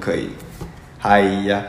可以。嗨呀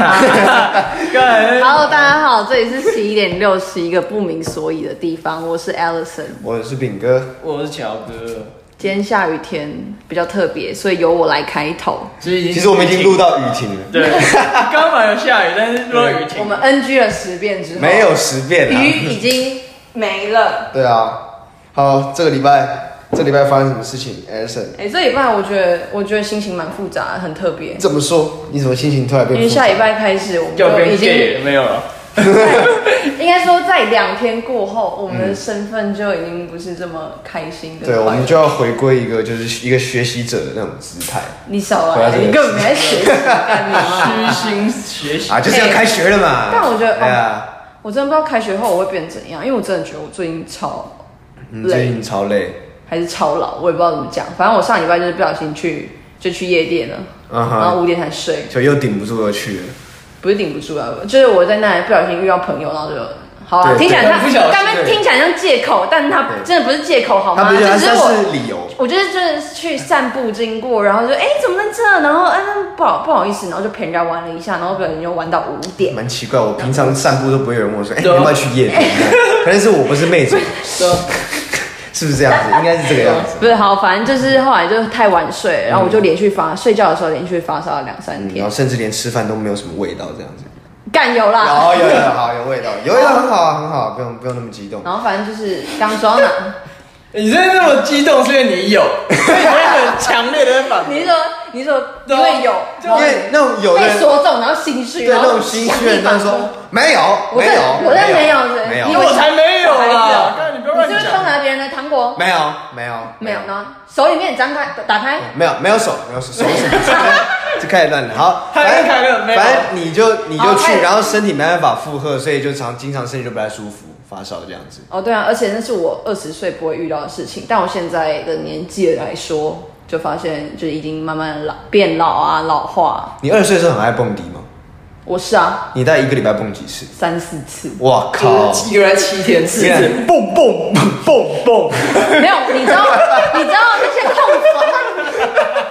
，Hello， 大家好，这里是11.6，是一个不明所以的地方。我是 Allison， 我是炳哥， 我是乔哥。 今天下雨天比较特别，所以由我来开头。 其实我们已经录到雨停了。 对，刚好有下雨，但是录到雨停。 我们 NG 了10遍之后， 没有10遍啊， 雨已经没了。 对啊，好，这礼拜发生什么事情 ，Allison？ 这礼拜我觉得心情蛮复杂的，很特别。 怎么说？你怎么心情突然变复杂？ 因为下礼拜开始，我们就已经没有了。 应该说，在2天过后，我们的身份就已经不是这么开心的。 对，我们就要回归一个就是一个学习者的那种姿态。 你少来，你根本没在学习，干嘛？ 虚心学习啊，就是要开学了嘛。 但我觉得， 对啊， 我真的不知道开学后我会变怎样，因为我真的觉得我最近超累， 最近超累， 还是超老，我也不知道怎么讲。反正我上礼拜就是不小心去夜店了，然后5点才睡， 就又顶不住又去了。 不是顶不住啊，就是我在那里不小心遇到朋友，然后就好啊，听起来听起来像借口，但他真的不是借口好吗？ 他只是是理由。 我就是去散步经过，然后就怎么在这？然后不好意思，然后就陪人家玩了一下，然后不小心就玩到5点。 蛮奇怪，我平常散步都不会有人问我说，你要不要去夜店？可能是我不是妹子。是不是这样子？应该是这个样子。 不是好，反正就是后来就太晚睡，然后我就睡觉的时候连续发烧了2-3天， 然后甚至连吃饭都没有什么味道，这样子。 干有啦， 好有味道，有味道很好啊，很好，不用那么激动。 然后反正就是刚说到哪？ 你真的那么激动，是因为你有，所以你会很强烈的反驳。 你说因为有， 因为那种有的被说中，然后心虚， 对那种心虚的人，他说没有， 我真没有， 我才没有啦！你不要乱讲。 你是不是偷拿别人的糖果？ 没有， 呢？手里面打开？ 没有手就开始乱了。好，反正你就去，然后身体没办法负荷，所以就经常身体就不太舒服。发烧这样子对啊，而且那是我20岁不会遇到的事情，但我现在的年纪来说，就发现就已经慢慢变老啊，老化。 你20岁的时候很爱蹦迪吗？ 我是啊。 你大概1个礼拜蹦几次 ？3-4次。 哇靠 ！1个月7天4次，蹦。 没有，你知道那些控制。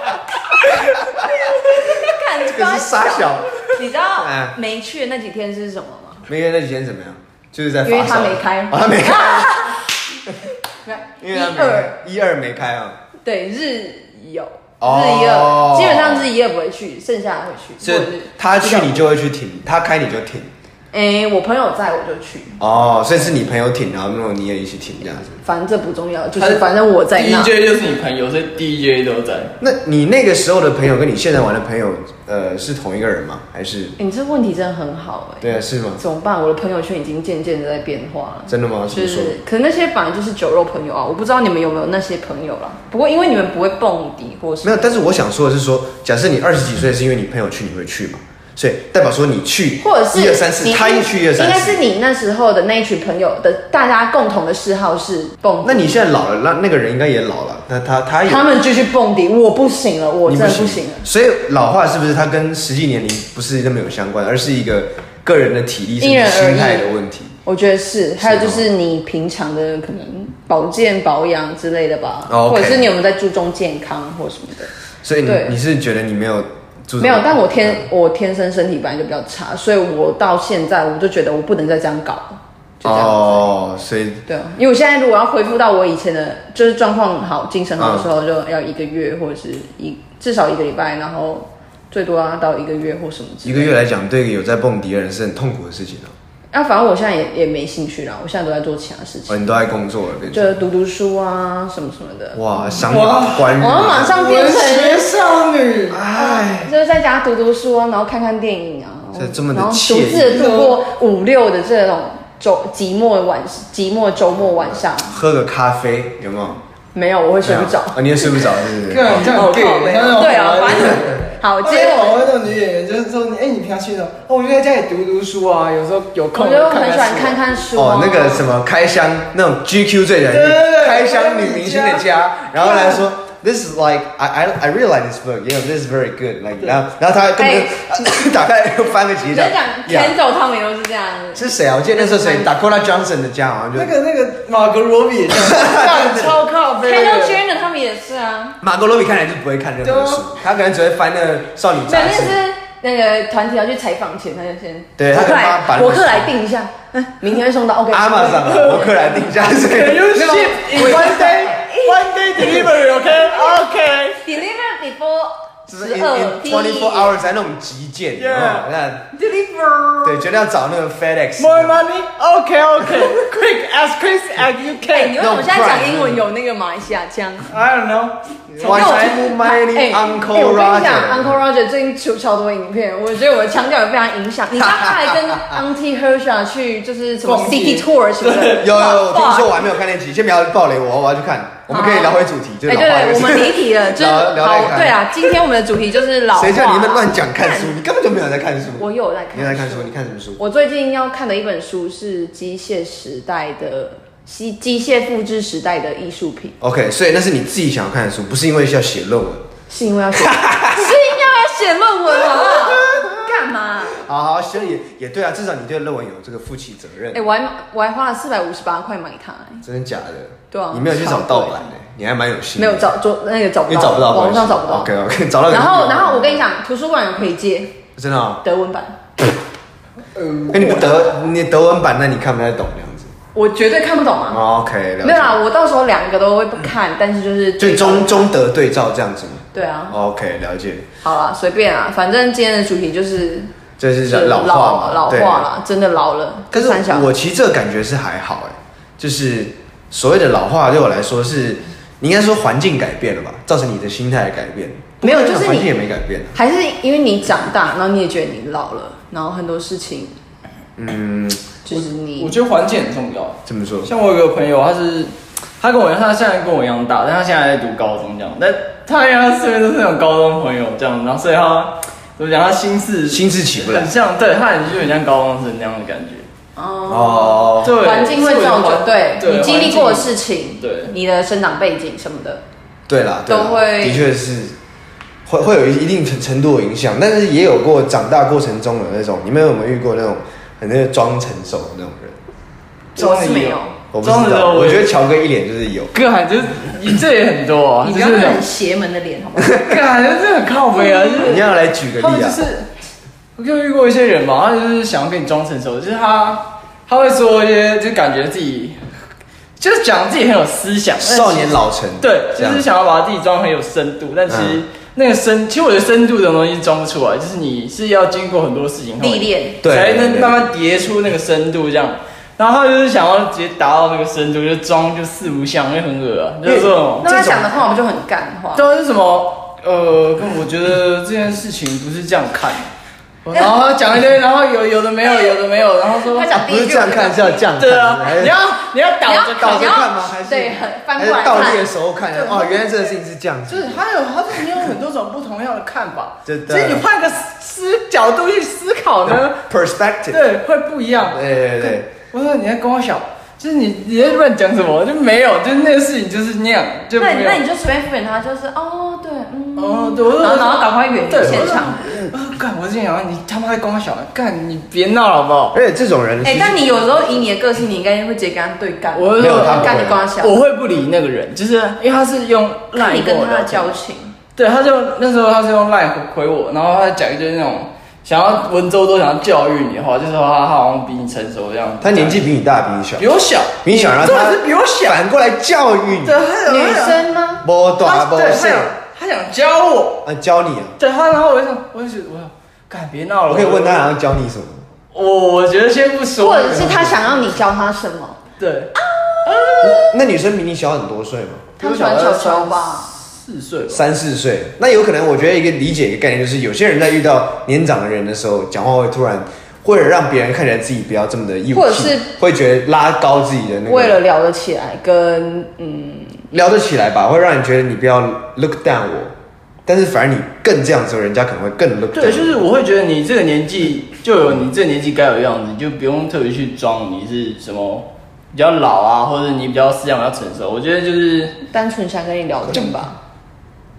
这个是傻小。 你知道没去的那几天是什么吗？ 没去的那几天怎么样？就是在发烧，因为他没开。 他没开。 因为他 1、2没开啊。 对，日1、2，基本上日1、2不会去，剩下的会去。 所以他去你就会去挺，他开你就挺。 我朋友在我就去。 所以是你朋友挺，然后你也一起挺这样子。 反正这不重要，就是反正我在那。 DJ 就是你朋友，所以 DJ 都在。 那你那个时候的朋友跟你现在玩的朋友，是同一个人吗？还是？ 你这问题真的很好对啊，是吗？ 怎么办？我的朋友圈已经渐渐的在变化了。 真的吗？ 就是可能那些本来就是酒肉朋友啊，我不知道你们有没有那些朋友啦。不过因为你们不会蹦迪或是没有，但是我想说的是说，假设你20几岁是因为你朋友去，你会去吗？所以代表说你去， 或者是 1、2、3、4，他一去1、2、3、4， 应该是你那时候的那一群朋友的大家共同的嗜好是蹦迪。 那你现在老了，那个人应该也老了，那他们继续蹦迪，我不行了，我真的不行了。 所以老化是不是它跟实际年龄不是那么有相关，而是一个个人的体力甚至心态的问题？ 我觉得是，还有就是你平常的可能保健保养之类的吧，或者是你有没有在注重健康或什么的。 所以你是觉得你没有？ 没有，但我天生身体本来就比较差，所以我到现在我就觉得我不能再这样搞了，就这样子。 所以对啊，因为我现在如果要恢复到我以前的，就是状况好、精神好的时候，就要1个月或者是至少1个礼拜，然后最多要到1个月或什么之类的。 1个月来讲，对一个有在蹦迪的人是很痛苦的事情反正我现在也没兴趣啦，我现在都在做其他事情。 你都在工作了， 就读书啊，什么的。 哇，赏鸟观日， 我要马上变成学少女， 就是在家读书啊，然后看看电影啊， 这么的然后独自的度过5、6的这种寂寞周末晚上， 喝个咖啡有没有？ 没有，我会睡不着。 你也睡不着，是不是？ 这样对啊，反正好。接着我那种女演员就是说，你平常去哪？我就在家里读书啊，有时候有空。 我就很喜欢看书。 那个什么开箱那种 GQ 最人，开箱女明星的家，然后来说， this is like I really like this book. This is very good. Like 然后他根本打开又翻个几页。 我讲 Kendall 他们都是这样。 是谁啊？我记得那时候谁Dakota Johnson 的家好像就那个马格罗比也这样，超靠背。 Kendall Jenner 他们也是啊。 马格罗比看来就不会看任何书，他可能只会翻那个少女杂志。 那个团体要去采访前，他就先对他可能把博客来订一下，明天会送到。OK。 阿玛上啊，博客来订一下。 Can you ship in one day delivery? OK. Deliver before 就是24 hours 才那种急件， 那 deliver 对，绝对要找那个 FedEx。 More money? OK. Quick as you can. 你为什么现在讲英文有那个马来西亚腔 I don't know. Why too many Uncle Roger？ 我跟你讲 ，Uncle Roger 最近出超多影片，我觉得我的腔调也非常影响。你知道他还跟 Auntie Hersha 去就是什么 City Tour 什么的。 有，听说我还没有看那集，先不要爆雷我要去看。我们可以聊回主题，就是老话。 对，我们离题了，就是好，对啊，今天我们的主题就是老话。 谁叫你们乱讲看书？你根本就没有在看书。 我有在看。 你在看书？你看什么书？ 我最近要看的一本书是机械复制时代的艺术品。 OK， 所以那是你自己想要看的书，不是因为要写论文。 是因为要写，是因为要写论文，好不好？干嘛？ 好，所以也对啊，至少你对论文有这个负起责任。 我还花了458块买它。 真的假的？ 对啊。 你没有去找盗版的，你还蛮有心。 没有找不到， 你找不到， 网上找不到。 OK， 找到。 然后我跟你讲，图书馆有可以借。 真的啊？ 德文版。 你德文版，那你看不太懂这样子。 我绝对看不懂啊。 OK， 了解。 没有啦，我到时候2个都会不看，但是就是中德对照这样子。 对啊。 OK， 了解。 好啦，随便啦，反正今天的主题就是老话嘛， 老话啦，真的老了。 可是我其实这个感觉是还好就是所谓的老话对我来说是，你应该说环境改变了吧，造成你的心态的改变。 没有，就是环境也没改变， 还是因为你长大，然后你也觉得你老了，然后很多事情，就是我觉得环境很重要。 这么说， 像我有个朋友，他现在跟我一样大，但他现在在读高中这样，但他因为他身边都是那种高中朋友这样，然后所以他怎么讲，他心智起不来，很像，对他就很像高中生那样的感觉。对， 环境会造就，对你经历过的事情， 对你的生长背景什么的， 对啦， 都会， 的确是会有一定程度的影响，但是也有过长大过程中的那种，你们有没有遇过那种很那个装成熟的那种人？ 我是没有， 我不知道，我觉得乔哥一脸就是有， 干就是你这也很多啊， 你不要很邪门的脸好不好？ 干这很靠北啊，就是你要来举个例啊， 我就遇过一些人嘛，他就是想要跟你装成熟，就是他会说一些，就感觉自己就是讲自己很有思想， 少年老成， 对，就是想要把自己装很有深度，但其实那个其实我觉得深度的东西装不出来，就是你是要经过很多事情历练， 才能慢慢叠出那个深度这样。然后他就是想要直接达到那个深度，就装就四不像，因为很恶啊，就是这种。 那他讲的话不就很干话？ 对，是什么？我觉得这件事情不是这样看。然后他讲一堆，然后有的没有，然后说他讲不是这样看，是要这样看。 对啊，你要倒着看吗？还是对，翻过来看， 倒立的时候看？哦，原来这个事情是这样子。 就是你有很多种不同样的看法， 所以你换个角度去思考呢 ，perspective 对会不一样。 对。 我说你在跟我小，就是你在乱讲什么？就没有，就是那个事情就是那样，就没有。 那你就随便敷衍他，就是对， 对， 然后赶快远离现场。 干，我之前想你他妈在跟我小，干你别闹了好不好？ 而且这种人， 但你有时候以你的个性，你应该会直接跟他对干。 我没有他干你跟他小， 我会不理那个人，就是因为他是用赖你跟他的交情。 对，那时候他是用赖回我，然后他讲一堆那种。想要文绉绉想要教育你的话，就是说他好像比你成熟这样。 他年纪比你大，比你小。 比我小， 然后他是比我小， 反过来教育你。 对， 女生吗？ 不大不小， 他想教我。 教你啊？ 对，然后我就觉得干别闹了。 我可以问他想要教你什么？ 我觉得先不说。 或者是他想要你教他什么？ 对。 那女生比你小很多岁吗？ 他喜欢小吧。 3、4岁，那有可能，我觉得一个理解一个概念就是，有些人在遇到年长的人的时候，讲话会突然，为了让别人看起来自己不要这么的义务， 或者是会觉得拉高自己的那个， 为了聊得起来，跟聊得起来吧，会让你觉得你不要 look down 我，但是反而你更这样的时候，人家可能会更 look down。 对，就是我会觉得你这个年纪就有你这个年纪该有的样子，你就不用特别去装你是什么比较老啊，或者你比较思想比较成熟。我觉得就是单纯想跟你聊天吧。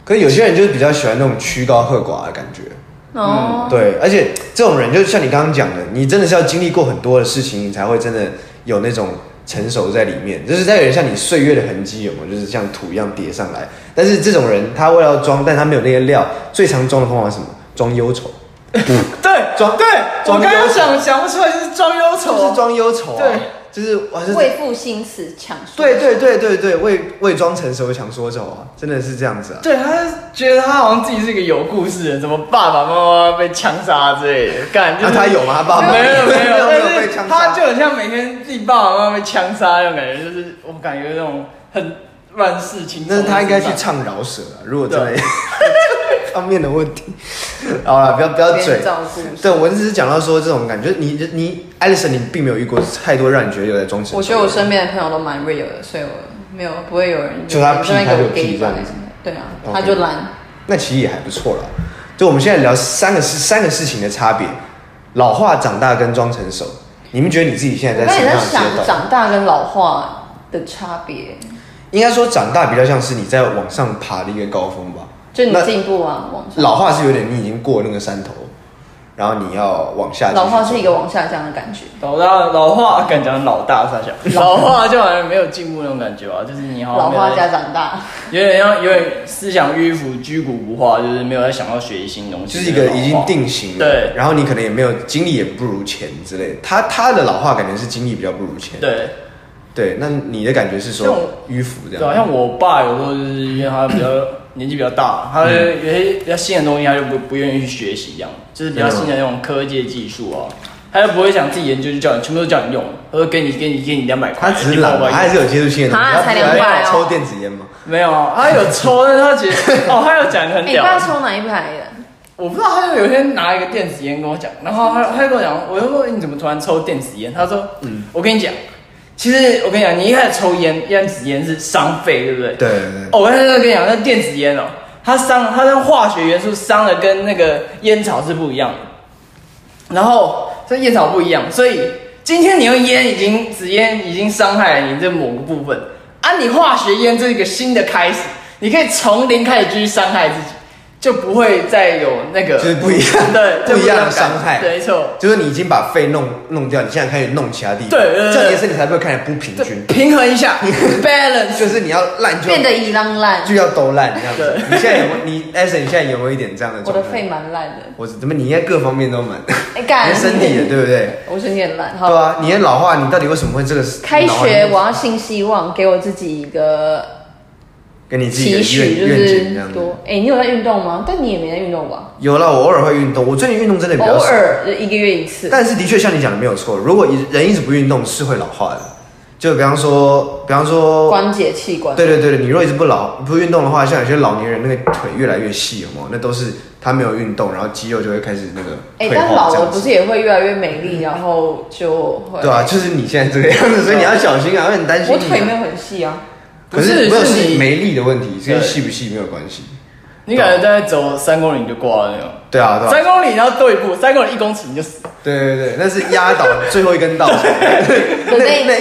可是有些人就是比较喜欢那种曲高和寡的感觉。对，而且这种人就像你刚刚讲的，你真的是要经历过很多的事情，你才会真的有那种成熟在里面，就是在有点像你岁月的痕迹，有没有？就是像土一样叠上来。但是这种人，他为了要装，但他没有那些料，最常装的方法是什么？装忧愁。 对，我刚刚想不出来，就是装忧愁， 就是装忧愁啊。对。就是为赋新词强说愁。对，伪装成熟强说愁啊，真的是这样子啊。 对，他觉得他好像自己是一个有故事的人，什么爸爸妈妈被枪杀之类的，干。 那他有吗？他爸爸没有被枪杀。他就很像每天自己爸爸妈妈被枪杀那种感觉，就是我感觉那种很乱世情。 但是他应该去唱饶舌啊，如果真的方面的问题。好了，不要嘴。对，我只是讲到说这种感觉，你Alison，你并没有遇过太多让你觉得有在装成熟。 我觉得我身边的朋友都蛮 real 的，所以我不会有人就他屁他就屁这样子。 对啊，他就懒。 那其实也还不错啦。就我们现在聊三个事情的差别：老化、长大跟装成熟。你们觉得你自己现在在什么样的阶段？ 我在想长大跟老化的差别。 应该说长大比较像是你在往上爬的一个高峰吧。 就你进步啊，往上。 老化是有点你已经过那个山头，然后你要往下。 老化是一个往下降的感觉。 老化敢讲老大傻小，老化就好像没有进步那种感觉吧，就是你好像老化加长大， 有点思想迂腐、居古不化，就是没有在想要学习新东西， 就是一个已经定型了。 对， 然后你可能也没有精力也不如前之类的。他的老化感觉是精力比较不如前。对，那你的感觉是说迂腐这样？ 对，像我爸有时候就是因为他比较年纪比较大，他有些比较新的东西他就不愿意去学习，这样就是比较新的那种科技技术啊，他就不会想自己研究，就叫你全部都叫你用，他说给你200块， 他只是懒，他还是有接触性的。 他才200 抽电子烟吗？ 没有，他有抽，但是他觉得他有讲很屌。 你爸抽哪一排的？ 我不知道，他就有一天拿一个电子烟跟我讲，然后他就跟我讲，我就说你怎么突然抽电子烟？他说我跟你讲。其实我跟你讲，你一开始抽电子烟是伤肺，对不对？ 对。 我刚才跟你讲，那电子烟它的化学元素伤的跟那个烟草是不一样的。然后这烟草不一样，所以今天你用纸烟已经伤害了你这某个部分啊，你化学烟这是一个新的开始，你可以从零开始继续伤害自己。就不会再有那个， 就是不一样， 对， 不一样的伤害， 没错， 就是你已经把肺弄掉，你现在开始弄其他地方， 对， 这样你的身体才不会看起来不平均， 平衡一下，balance， 就是你要烂就变得一浪烂， 就要都烂这样子。你现在有没有？你 Alison， 你现在有没有一点这样的状态？ 我的肺蛮烂的， 怎么你应该各方面都蛮，连身体也对不对？ 我身体很烂， 对啊，你的老化，你到底为什么会这个？ 开学我要新希望，给我自己一个。 跟你自己的愿景这样子。你有在运动吗？但你也没在运动吧？ 有啦，我偶尔会运动。我最近运动真的比较少， 偶尔1个月1次。 但是的确像你讲的没有错，如果人一直不运动是会老化的。就比方说关节器官。 对，你如果一直不运动的话，像有些老年人那个腿越来越细，有没有？那都是他没有运动，然后肌肉就会开始那个退化。 但老了不是也会越来越美丽，然后就会。 对啊，就是你现在这个样子，所以你要小心啊，会很担心。 我腿没有很细啊。 可是没有没力的问题，跟细不细没有关系。 你感觉大概走3公里你就挂了那种。 对啊 ，3公里然后多一步，3公里1公尺你就死。 对，那是压倒最后一根稻草。那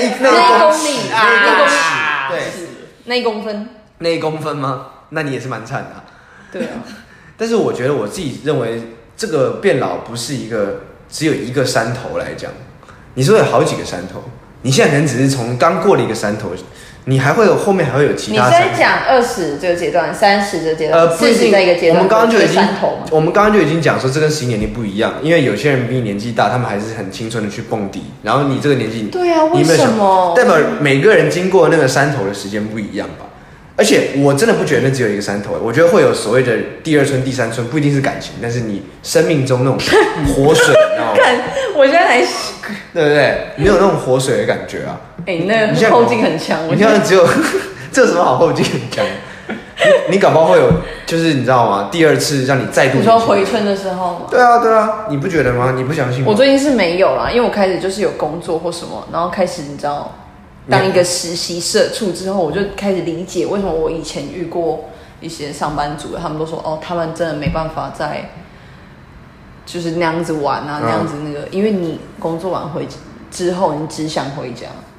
1公里啊，对，那1公分。 那1公分吗？那你也是蛮惨的。 对啊。 但是我觉得我自己认为，这个变老不是只有一个山头来讲，你说有好几个山头。你现在可能只是从刚过了一个山头。你后面还会有其他。 你在讲20这个阶段，30这个阶段，40这个阶段。 我们刚刚就已经讲说，这跟实际年龄不一样，因为有些人比你年纪大，他们还是很青春的去蹦迪，然后你这个年纪， 对啊，为什么？ 代表每个人经过那个山头的时间不一样吧？而且我真的不觉得那只有一个山头，我觉得会有所谓的第2春、第3春，不一定是感情，但是你生命中那种活水，你知道吗？ 我现在才， 对不对？你有那种活水的感觉啊！ 那后劲很强。 你看只有这有什么好后劲很强？你搞不好会有，就是你知道吗？第2次让你再度。 你说回春的时候吗？ 对啊，你不觉得吗？你不相信吗？ 我最近是没有啦，因为我开始就是有工作或什么，然后开始你知道。当一个实习社畜之后，我就开始理解为什么我以前遇过一些上班族，他们都说他们真的没办法再就是那样子玩啊，那样子那个，因为你工作完之后，你只想回家。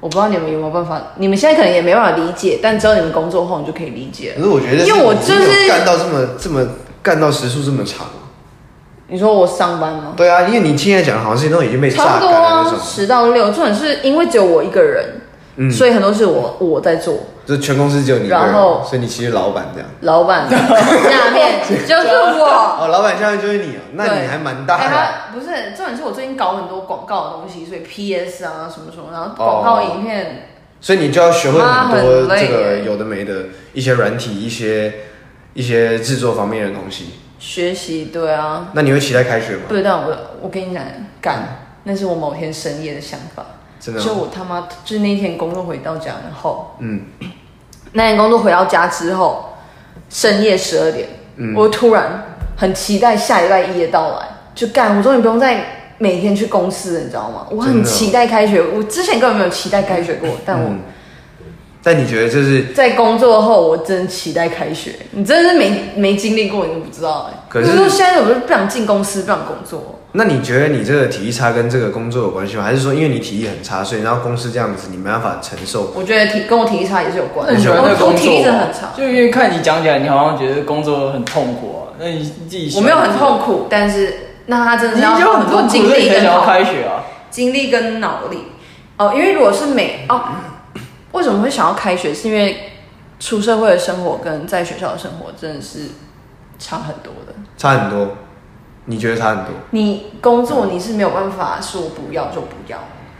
我不知道你们有没有办法，你们现在可能也没办法理解，但只要你们工作后，你就可以理解了。 可是我觉得， 因为我就是干到这么干到时数这么长。 你说我上班吗？ 对啊，因为你现在讲的好像是那种已经被榨干的那种。 10到6，重点是因为只有我一个人，所以很多事我在做。 就全公司只有你一个人，所以你其实老板这样。 老板下面就是我。 哦，老板下面就是你哦，那你还蛮大的。 不是，重点是我最近搞很多广告的东西，所以 PS 啊什么什么，然后广告影片。 所以你就要学会很多这个有的没的一些软体，一些制作方面的东西。学习，对啊。 那你会期待开学吗？ 对，但我跟你讲，那是我某天深夜的想法。 真的。 就我他妈就是那天工作回到家后，那天工作回到家之后，深夜12点，我突然很期待下礼拜1的到来，就我终于不用再每天去公司了，你知道吗？我很期待开学，我之前根本没有期待开学过， 但你觉得就是在工作后，我真的期待开学。你真的是没经历过，你都不知道可是说现在我就不想进公司，不想工作。 那你觉得你这个体力差跟这个工作有关系吗？还是说因为你体力很差，所以然后公司这样子你没办法承受？ 我觉得跟我体力差也是有关。 我体力真的很差， 就因为看你讲起来，你好像觉得工作很痛苦啊。那你自己我没有很痛苦，但是那他真的要很多精力跟精力跟脑力因为如果是为什么会想要开学？是因为出社会的生活跟在学校的生活真的是差很多的。 差很多？你觉得差很多？ 你工作你是没有办法说不要就不要。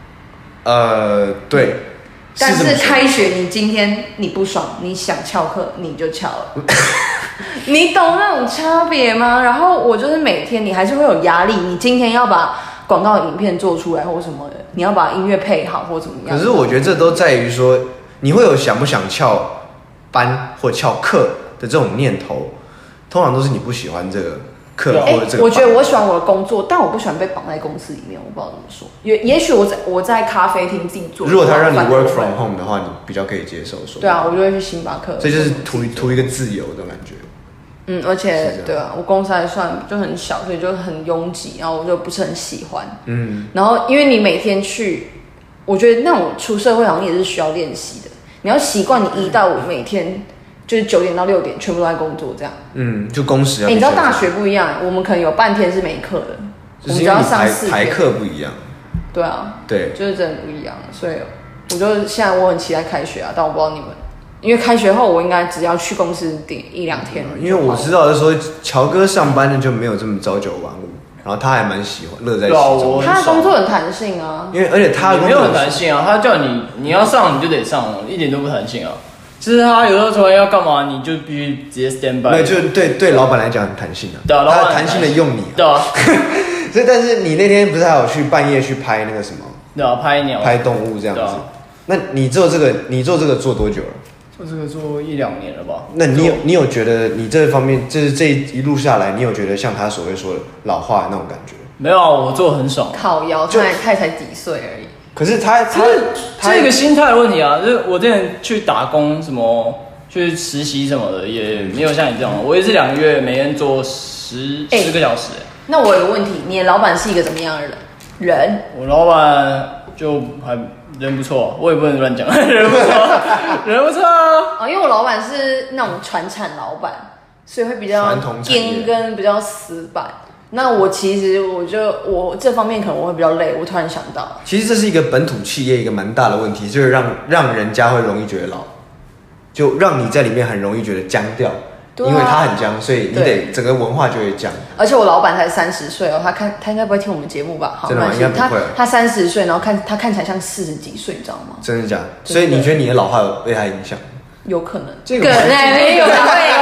对。 但是开学，你今天你不爽，你想翘课你就翘了。你懂那种差别吗？然后我就是每天你还是会有压力，你今天要把广告影片做出来或什么的，你要把音乐配好或怎么样。 可是我觉得这都在于说，你会有想不想翘班或翘课的这种念头，通常都是你不喜欢这个课或者这个。 我觉得我喜欢我的工作，但我不喜欢被绑在公司里面。我不知道怎么说，也许我在咖啡厅自己做。 如果他让你 work from home 的话，你比较可以接受。 对啊，我就会去星巴克。 所以就是图一个自由的感觉。 而且对啊，我公司还算就很小，所以就很拥挤，然后我就不是很喜欢。然后因为你每天去，我觉得那种出社会好像也是需要练习的。你要习惯你1到5每天就是9点到6点全部都在工作这样。 就工时。 你知道大学不一样，我们可能有半天是没课的，我们只要上4天。 排课不一样。 对啊， 对， 就是真的不一样。所以我就现在我很期待开学啊，但我不知道你们。因为开学后，我应该只要去公司顶1-2天。 因为我知道的说，乔哥上班的就没有这么朝九晚五，然后他还蛮喜欢乐在其中。 他的工作很弹性啊。 因为而且他没有很弹性啊，他叫你要上你就得上了，一点都不弹性啊。就是他有时候突然要干嘛，你就必须直接 stand by。 那就对老板来讲很弹性啊。 对啊， 他弹性的用你。 对啊。 所以但是你那天不是还有去半夜去拍那个什么？ 对啊，拍鸟、 拍动物这样子。那你做这个做多久了？ 做这个做1-2年了吧？ 那你有觉得你这方面就是这一路下来，你有觉得像他所谓说的老化的那种感觉？ 没有啊，我做很爽。 靠腰，他才几岁而已。 可是他一个心态的问题啊，就是我之前去打工什么，去实习什么的，也没有像你这样。我也是2个月，每天做10个小时。 那我有个问题，你的老板是一个怎么样的人？ 我老板就还人不错，我也不能乱讲，人不错，人不错啊。 因为我老板是那种传产老板，所以会比较硬跟比较死板。那我其实我这方面可能我会比较累。我突然想到， 其实这是一个本土企业一个蛮大的问题，就是让人家会容易觉得老，就让你在里面很容易觉得僵掉。因为他很僵，所以你得整个文化就会僵。 而且我老板才30岁哦，他应该不会听我们节目吧？ 真的吗？应该不会。 他30岁，然后他看起来像40几岁，你知道吗？ 真的假的？所以你觉得你的老化有被他影响？ 有可能。 这个没有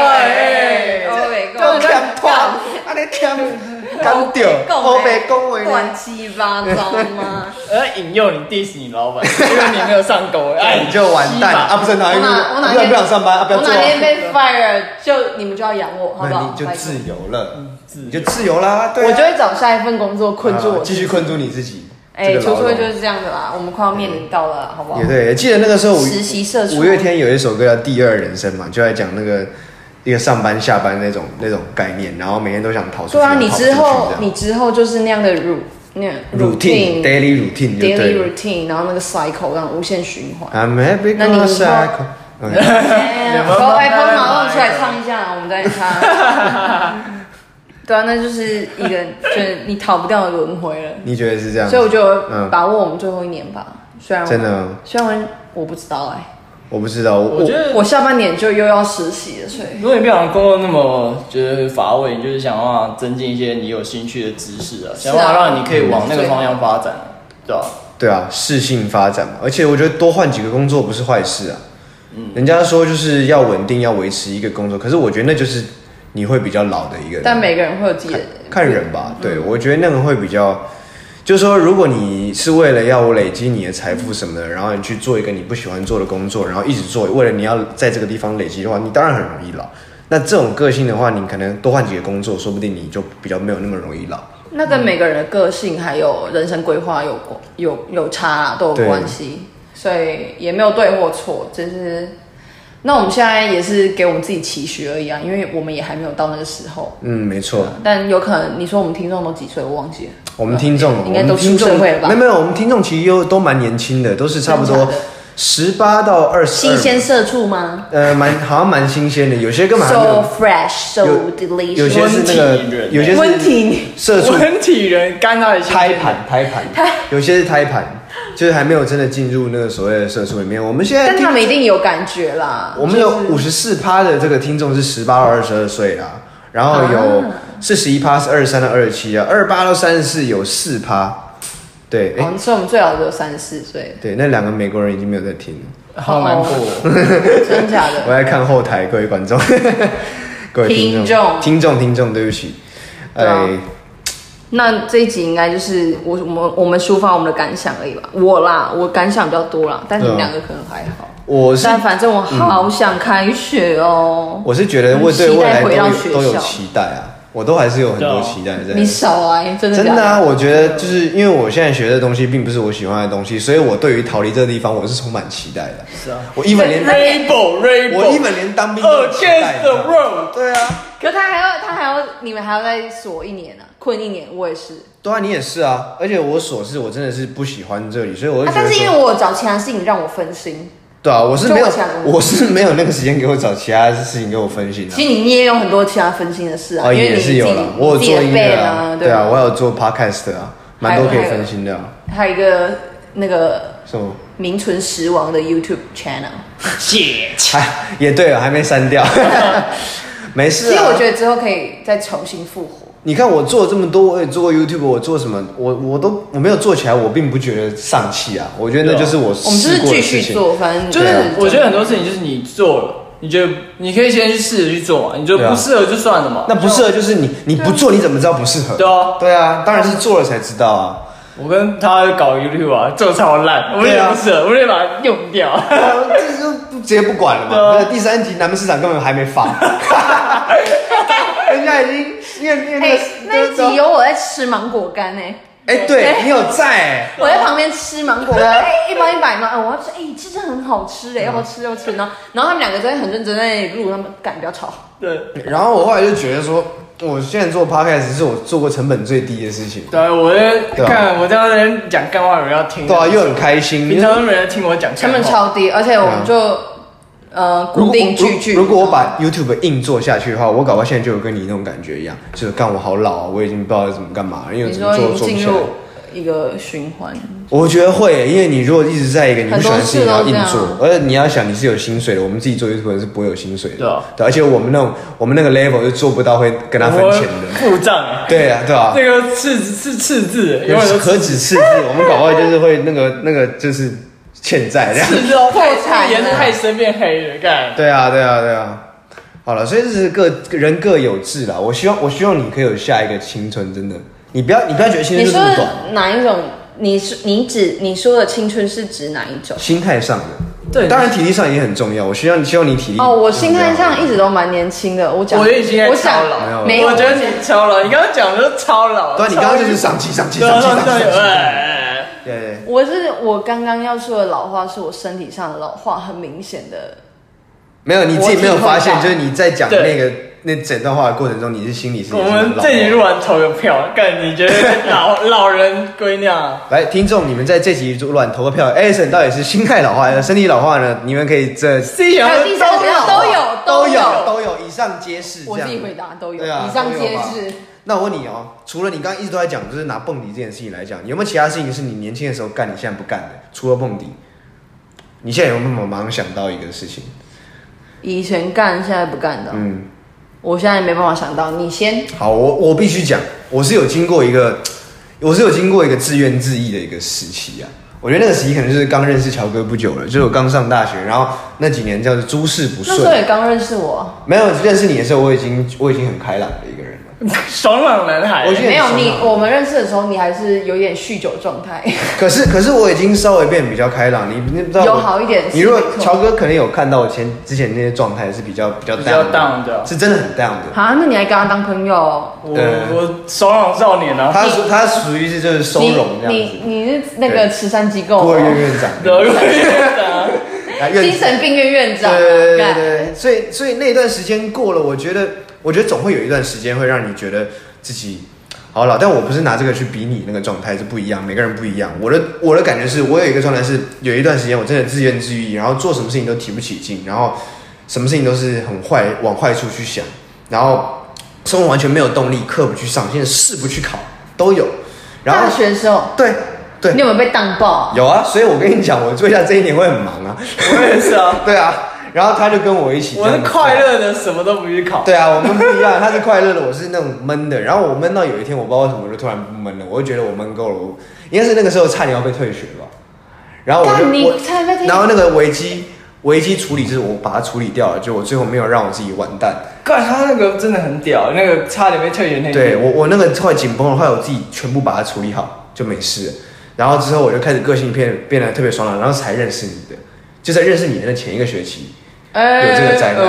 干掉，我被恭维乱七八糟吗？ 我要引诱你 diss 你老板，因为你没有上钩， 你就完蛋啊！不是哪一个？我哪天不想上班啊？不要做。 我哪天被 fire， 就你们就要养我，好不好？ 那你就自由了，你就自由啦。对， 我就会找下一份工作困住我， 继续困住你自己。 出社会就是这样的啦，我们快要面临到了，好不好？ 也对，记得那个时候实习社 5月天有一首歌叫《第二人生》嘛，就在讲那个。一个上班下班那种概念，然后每天都想逃出去。 对啊，你之后就是那样的 routine，daily routine，daily routine， 然后那个 cycle 让无限循环。 I'm happy on cycle。 Apple 马上出来唱一下，我们再唱。对啊，那就是一个，就是你逃不掉的轮回了。 你觉得是这样？ 所以我就把握我们最后1年吧。虽然真的， 虽然我不知道我不知道， 我觉得我下半年就又要实习了，所以如果你不想工作那么觉得乏味，你就是想办法增进一些你有兴趣的知识啊，想办法让你可以往那个方向发展，对吧？ 对啊，适性发展嘛，而且我觉得多换几个工作不是坏事啊。人家说就是要稳定，要维持一个工作，可是我觉得那就是你会比较老的一个人。 但每个人会有自己的看人吧，对，我觉得那个会比较，就是说，如果你是为了要累积你的财富什么的，然后你去做一个你不喜欢做的工作，然后一直做，为了你要在这个地方累积的话，你当然很容易老。那这种个性的话，你可能多换几个工作，说不定你就比较没有那么容易老。 那跟每个人的个性还有人生规划有差，都有关系，所以也没有对或错，只是。那我们现在也是给我们自己期许而已啊，因为我们也还没有到那个时候。没错。 但有可能你说我们听众都几岁，我忘记了。 我们听众应该都出社会了吧？ 没有，我们听众其实都蛮年轻的，都是差不多18到22。 新鲜社畜吗？ 好像蛮新鲜的，有些根本还没有 so fresh, so delicious。 有些是那个，有些是温体社畜， 温体人干到胎盘，有些是胎盘。就是还没有真的进入那个所谓的社畜里面，我们现在， 但他们一定有感觉啦。 我们有54%的这个听众是18到22岁啦，然后有41%是23到27啊，28到34有4%，对， 所以我们最好只有34岁。 对，那2个美国人已经没有在听了， 好难过， 真假的？ 我在看后台，各位观众，各位听众，对不起， 那这一集应该就是我们抒发我们的感想而已吧。我感想比较多啦，但你们2个可能还好。但反正我好想开学哦。 我是觉得对未来都有期待啊，我都还是有很多期待在。 你少来，真的啊！我觉得就是因为我现在学的东西并不是我喜欢的东西，所以我对于逃离这个地方我是充满期待的。 是啊， 我一本连 Rainbow 连当兵都期待。对啊。 可是你们还要再锁1年啊，困1年，我也是。 对啊，你也是啊，而且我锁是我真的是不喜欢这里，所以我就觉得但是因为我找其他事情让我分心。 对啊，我是没有那个时间给我找其他事情给我分心。 其实你也有很多其他分心的事啊，因为也是有了，我有做音乐啊，对啊，我有做 podcast 啊，蛮多可以分心的。 还有一个那个什么名存实亡的 YouTube channel， 也对了，还没删掉。没事、啊。 其实我觉得之后可以再重新复活。 你看我做了这么多，我也做过 YouTube， 我做什么，我没有做起来，我并不觉得丧气啊。我觉得那就是我试过的事情。 我们就是继续做，反正就是我觉得很多事情就是你做了，你觉得你可以先去试着去做嘛，你觉得不适合就算了嘛。 那不适合就是你不做你怎么知道不适合？对啊，当然是做了才知道啊。 我跟他搞 YouTube 啊，做超烂，我们也不适合，我们也把它用掉。 这就直接不管了嘛。第3集南门市场根本还没发，人家已经那一集有我在吃芒果干对你有在我在旁边吃芒果干，1包100嘛，我要吃，其实很好吃要吃又吃，然后他们2个在很认真在录，他们不要吵。 对，然后我后来就觉得说，我现在做 podcast 是我做过成本最低的事情。 对，我在看我这样在讲干话，有人要听， 对啊，又很开心。 平常都没人听我讲， 成本超低，而且我们就固定句。 如果我把 YouTube 硬做下去的话，我搞到现在就有跟你那种感觉一样，就是干我好老啊，我已经不知道怎么干嘛，因为怎么做不下来。 一个循环， 我觉得会，因为你如果一直在一个你不喜欢的事情要硬做，而且你要想你是有薪水的，我们自己做 YouTube 是不会有薪水的，对，而且我们那个 level 是做不到会跟他分钱的， 付账， 对啊，对啊， 这个赤字， 何止赤字，我们搞不好就是会那个就是欠债这样， 赤字哦，破产，颜太深变黑了，干， 对啊。好了，所以这是人各有志啦。我希望你可以有下一个青春，真的。你不要觉得青春就这么短。 你说哪一种？你说的青春是指哪一种？ 心态上的， 对， 当然体力上也很重要。我希望你体力。 我心态上一直都蛮年轻的。我觉得你现在超老， 没有， 我觉得你超老。你刚刚讲的是超老。 对，你刚刚就是上气。对。 我刚刚要说的老化，是我身体上的老化，很明显的。 没有，你自己没有发现，就是你在讲那个那整段话的过程中，你是心里是？ 我们这集录完投个票，干你觉得老人归那？ 来，听众，你们在这集录完投个票 ，Addison 到底是心态老化还是身体老化呢？你们可以这 C 还有第三个都有， 以上皆是。 我自己回答都有， 对啊， 以上皆是。 那我问你哦，除了你刚刚一直都在讲，就是拿蹦迪这件事情来讲，有没有其他事情是你年轻的时候干，你现在不干的？除了蹦迪，你现在有没有马上想到一个事情？ 以前干，现在不干的。我现在没办法想到，你先。 好，我必须讲，我是有经过一个自怨自艾的一个时期啊。我觉得那个时期可能就是刚认识乔哥不久了，就是我刚上大学，然后那几年叫做诸事不顺。 那时候也刚认识我。 没有认识你的时候，我已经很开朗的一个人了。 爽朗男孩。 没有你，我们认识的时候，你还是有点酗酒状态。 可是我已经稍微变比较开朗，你不知道有好一点。 你如果乔哥可能有看到我之前那些状态是比较 down 的， 是真的很 down 的。 啊，那你还跟他当朋友？ 我爽朗少年啊。 他属于是就是收容这样子。 你是那个慈善机构？ 孤儿院院长。 精神病院院长。 对，所以那段时间过了，我觉得总会有一段时间会让你觉得自己好了，但我不是拿这个去比你那个状态，是不一样，每个人不一样。我的感觉是，我有一个状态是，有一段时间我真的自怨自艾，然后做什么事情都提不起劲，然后什么事情都是很坏，往坏处去想，然后生活完全没有动力，课不去上，现在试不去考，都有。然后大学的时候， 对， 你有没有被当爆？ 有啊，所以我跟你讲，我做一下这一年会很忙啊。 我也是啊。 对啊。然后他就跟我一起， 我是快乐的，什么都不去考。 对啊，我们不一样，他是快乐的，我是那种闷的。然后我闷到有一天，我不知道为什么，我就突然不闷了，我就觉得我闷够了，应该是那个时候差点要被退学吧。然后然后那个危机处理就是我把它处理掉了，就我最后没有让我自己完蛋。 干，他那个真的很屌，那个差点被退学那。 对我那个后来紧绷了，后来我自己全部把它处理好，就没事了。然后之后我就开始个性变得特别爽朗，然后才认识你的，就在认识你的前一个学期。有这个灾难。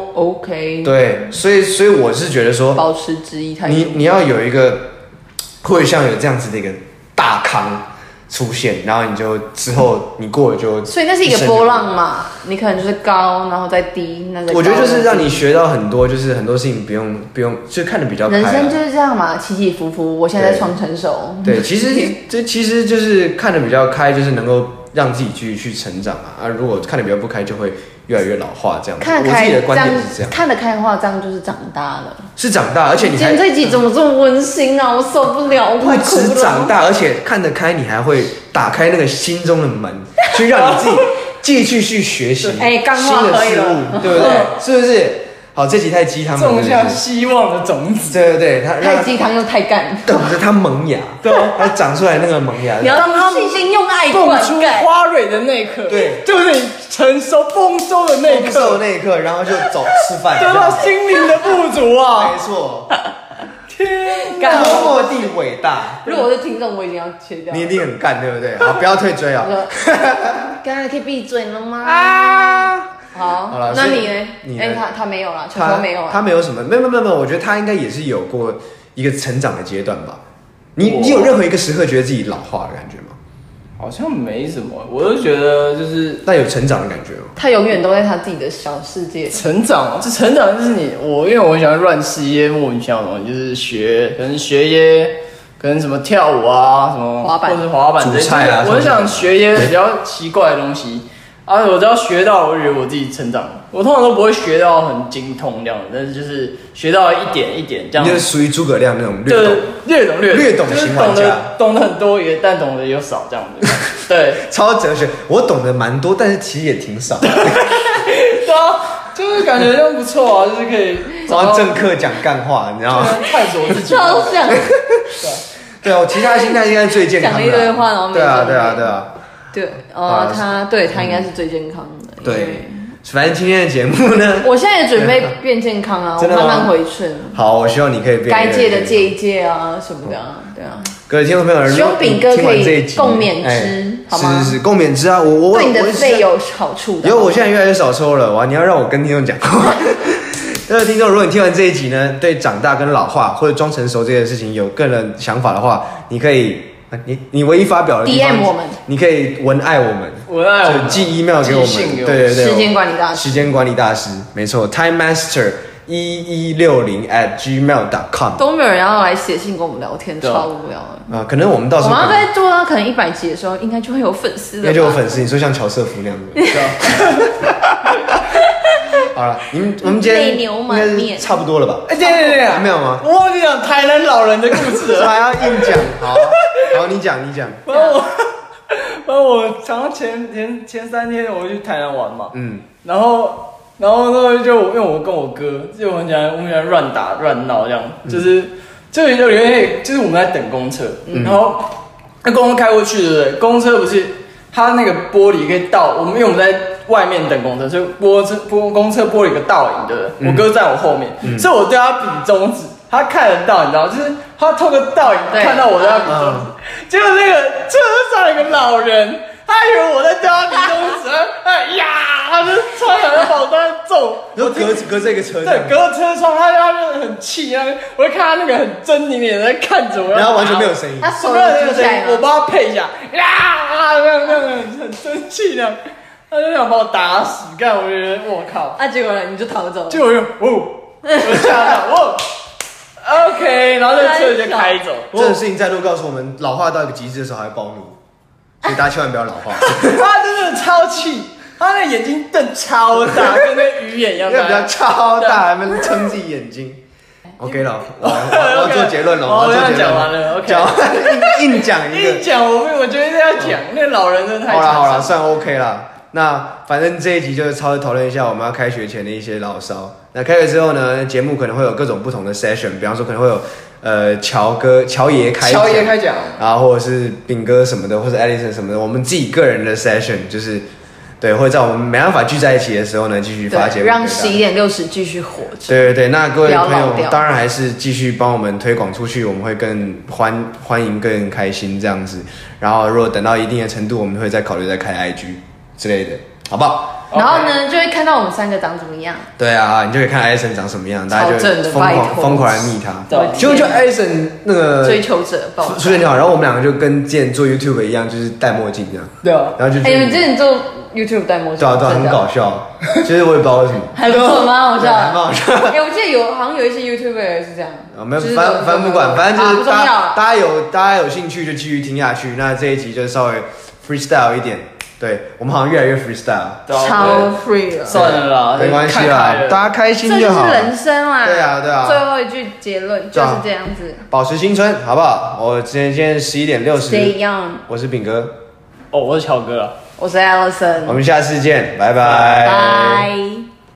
OK。 对，所以我是觉得说， 保持质疑态度。 你要有一个，或者像有这样子的一个大康出现，然后你就之后你过了就。 所以那是一个波浪嘛，你可能就是高，然后再低，那我觉得就是让你学到很多，就是很多事情不用，就看得比较开。 人生就是这样嘛，起起伏伏。我现在创成熟。 对，其实就是看得比较开，就是能够让自己继续去成长啊。如果看得比较不开，就会越来越老化这样子。 看得开， 我自己的观点是这样。 看得开的话，这样就是长大了。 是长大，而且你还。 今天这集怎么这么温馨啊？我受不了，我快哭了。 不止长大，而且看得开，你还会打开那个心中的门，去让你自己继续去学习新的事物，对不对？是不是？好，这集太鸡汤了， 种下希望的种子。 对， 太鸡汤又太干， 等着它萌芽，对，它长出来那个萌芽， 你要让它细心用爱蹦出花蕊的那一刻， 对， 就是你成熟丰收的那一刻， 然后就走吃饭， 得到心灵的富足啊， 没错。 天， 多么地伟大！ 如果我是听众，我已经要切掉。 你一定很干，对不对？好，不要退追啊！ 刚才可以闭嘴了吗？啊！好了，那你呢？他没有了，球球没有了。 他没有什么，没有。我觉得他应该也是有过一个成长的阶段吧。你有任何一个时刻觉得自己老化的感觉吗？ 好像没什么，我都觉得就是那有成长的感觉吗？ 他永远都在他自己的小世界。 成长就是因为我很喜欢乱试一些莫名其妙的东西，就是可能学一些，可能什么跳舞啊，什么滑板， 或者滑板煮菜啊， 我很想学一些比较奇怪的东西。我只要学到，我就觉得我自己成长了。我通常都不会学到很精通这样的，但是就是学到一点一点这样。 你就是属于诸葛亮那种略懂型玩家， 懂得很多但懂得又少这样子。对， 超哲学。我懂得蛮多，但是其实也挺少。 对啊，就是感觉这样不错啊，就是可以找到政客讲干话，你知道吗？ 探索自己。 超像。 对啊，我其他心态应该最健康的。 讲了一堆话，然后对啊。 对，他应该是最健康的。 对，反正今天的节目呢， 我现在也准备变健康啊，我慢慢回春。 好，我希望你可以变。 该戒的戒一戒啊，什么的，对啊。 各位听众朋友， 希望饼哥可以共勉之，好吗？ 是，共勉之啊！我对你的肺有好处的。 因为我现在越来越少抽了，哇！你要让我跟听众讲话。各位听众，如果你听完这一集呢，对长大跟老化或者装成熟这件事情有个人想法的话，你可以。你唯一发表的地方 DM 我们， 你可以文爱我们，就寄 email 给我们，对， 时间管理大师， 没错 ，Time Master 1160@gmail.com， 都没有人要来写信跟我们聊天，超无聊的。 可能我们到时候我们要在做到可能100集的时候，应该就会有粉丝了。 应该就有粉丝，你说像乔瑟夫那样的。好了，我们今天应该是差不多了吧？ 对， 还没有吗？ 我忘记讲台南老人的故事了， 还要硬讲。好，你讲。 我想到前3天我去台南玩嘛，然后那就因为我跟我哥，就我们讲乱打乱闹这样，就是有点就是我们在等公车，然后那公车开过去，对不对？公车不是它那个玻璃可以倒，因为我们在外面等公车，所以公车玻璃有个倒影，对不对？我哥在我后面，所以我对他比中指。他看得到，你知道，就是他透过倒影看到我在比中指，结果那个车上有个老人，他以为我在对他比中指，他就穿很把我当揍， 然后隔这个车， 对，隔车窗，他就很气，我就看他那个很狰狞的眼在看着我， 然后完全没有声音， 他手没有声音， 我帮他配一下，很生气那样，他就想把我打死，干，我觉得我靠， 结果你就逃走了， 结果我吓到OK， 然后那车就开走。 这种事情在路告诉我们，老化到一个极致的时候还会暴怒，所以大家千万不要老化。 他真的超气，他那眼睛瞪超大，跟那鱼眼一样大。 比较超大，还没撑自己眼睛。OK 了，我要做结论了。 我要讲完了 ，OK。 硬讲一个。 硬讲，我觉得要讲那个老人真的太。 好了，算 OK 了。那反正这一集就是稍微讨论一下我们要开学前的一些牢骚。那开学之后呢，节目可能会有各种不同的 session， 比方说可能会有乔爷开讲啊，或者是炳哥什么的，或者 Alison 什么的，我们自己个人的 session 就是对，会在我们没办法聚在一起的时候呢，继续发节目， 让11点60继续活着。 对，那各位朋友当然还是继续帮我们推广出去，我们会更欢迎更开心这样子。然后如果等到一定的程度，我们会再考虑再开 IG 之类的，好不好？ 然后呢，就会看到我们3个长怎么样。 对啊，你就可以看艾森长什么样，大家就疯狂来密他。 对， 就艾森那个追求者出现就好，然后我们2个就跟之前做 YouTube 一样，就是戴墨镜这样。 对啊， 然后就你们之前做 YouTube 戴墨镜， 对，很搞笑。其实我也不知道为什么， 还不错，蛮好笑， 蛮好笑。 我记得好像有一些 YouTuber 也是这样。 没有，反正不管，反正就是大家有兴趣就继续听下去。那这一集就稍微 freestyle 一点。对，我们好像越来越 freestyle， 超 free 了， 算了啦， 没关系啦，大家开心就好。 这就是人生啦。 对啊。 最后一句结论就是这样子， 保持青春，好不好？我今天11点60。 Stay young。 我是炳哥。 我是乔哥了。 我是 Alison。 我们下次见，拜拜。 拜。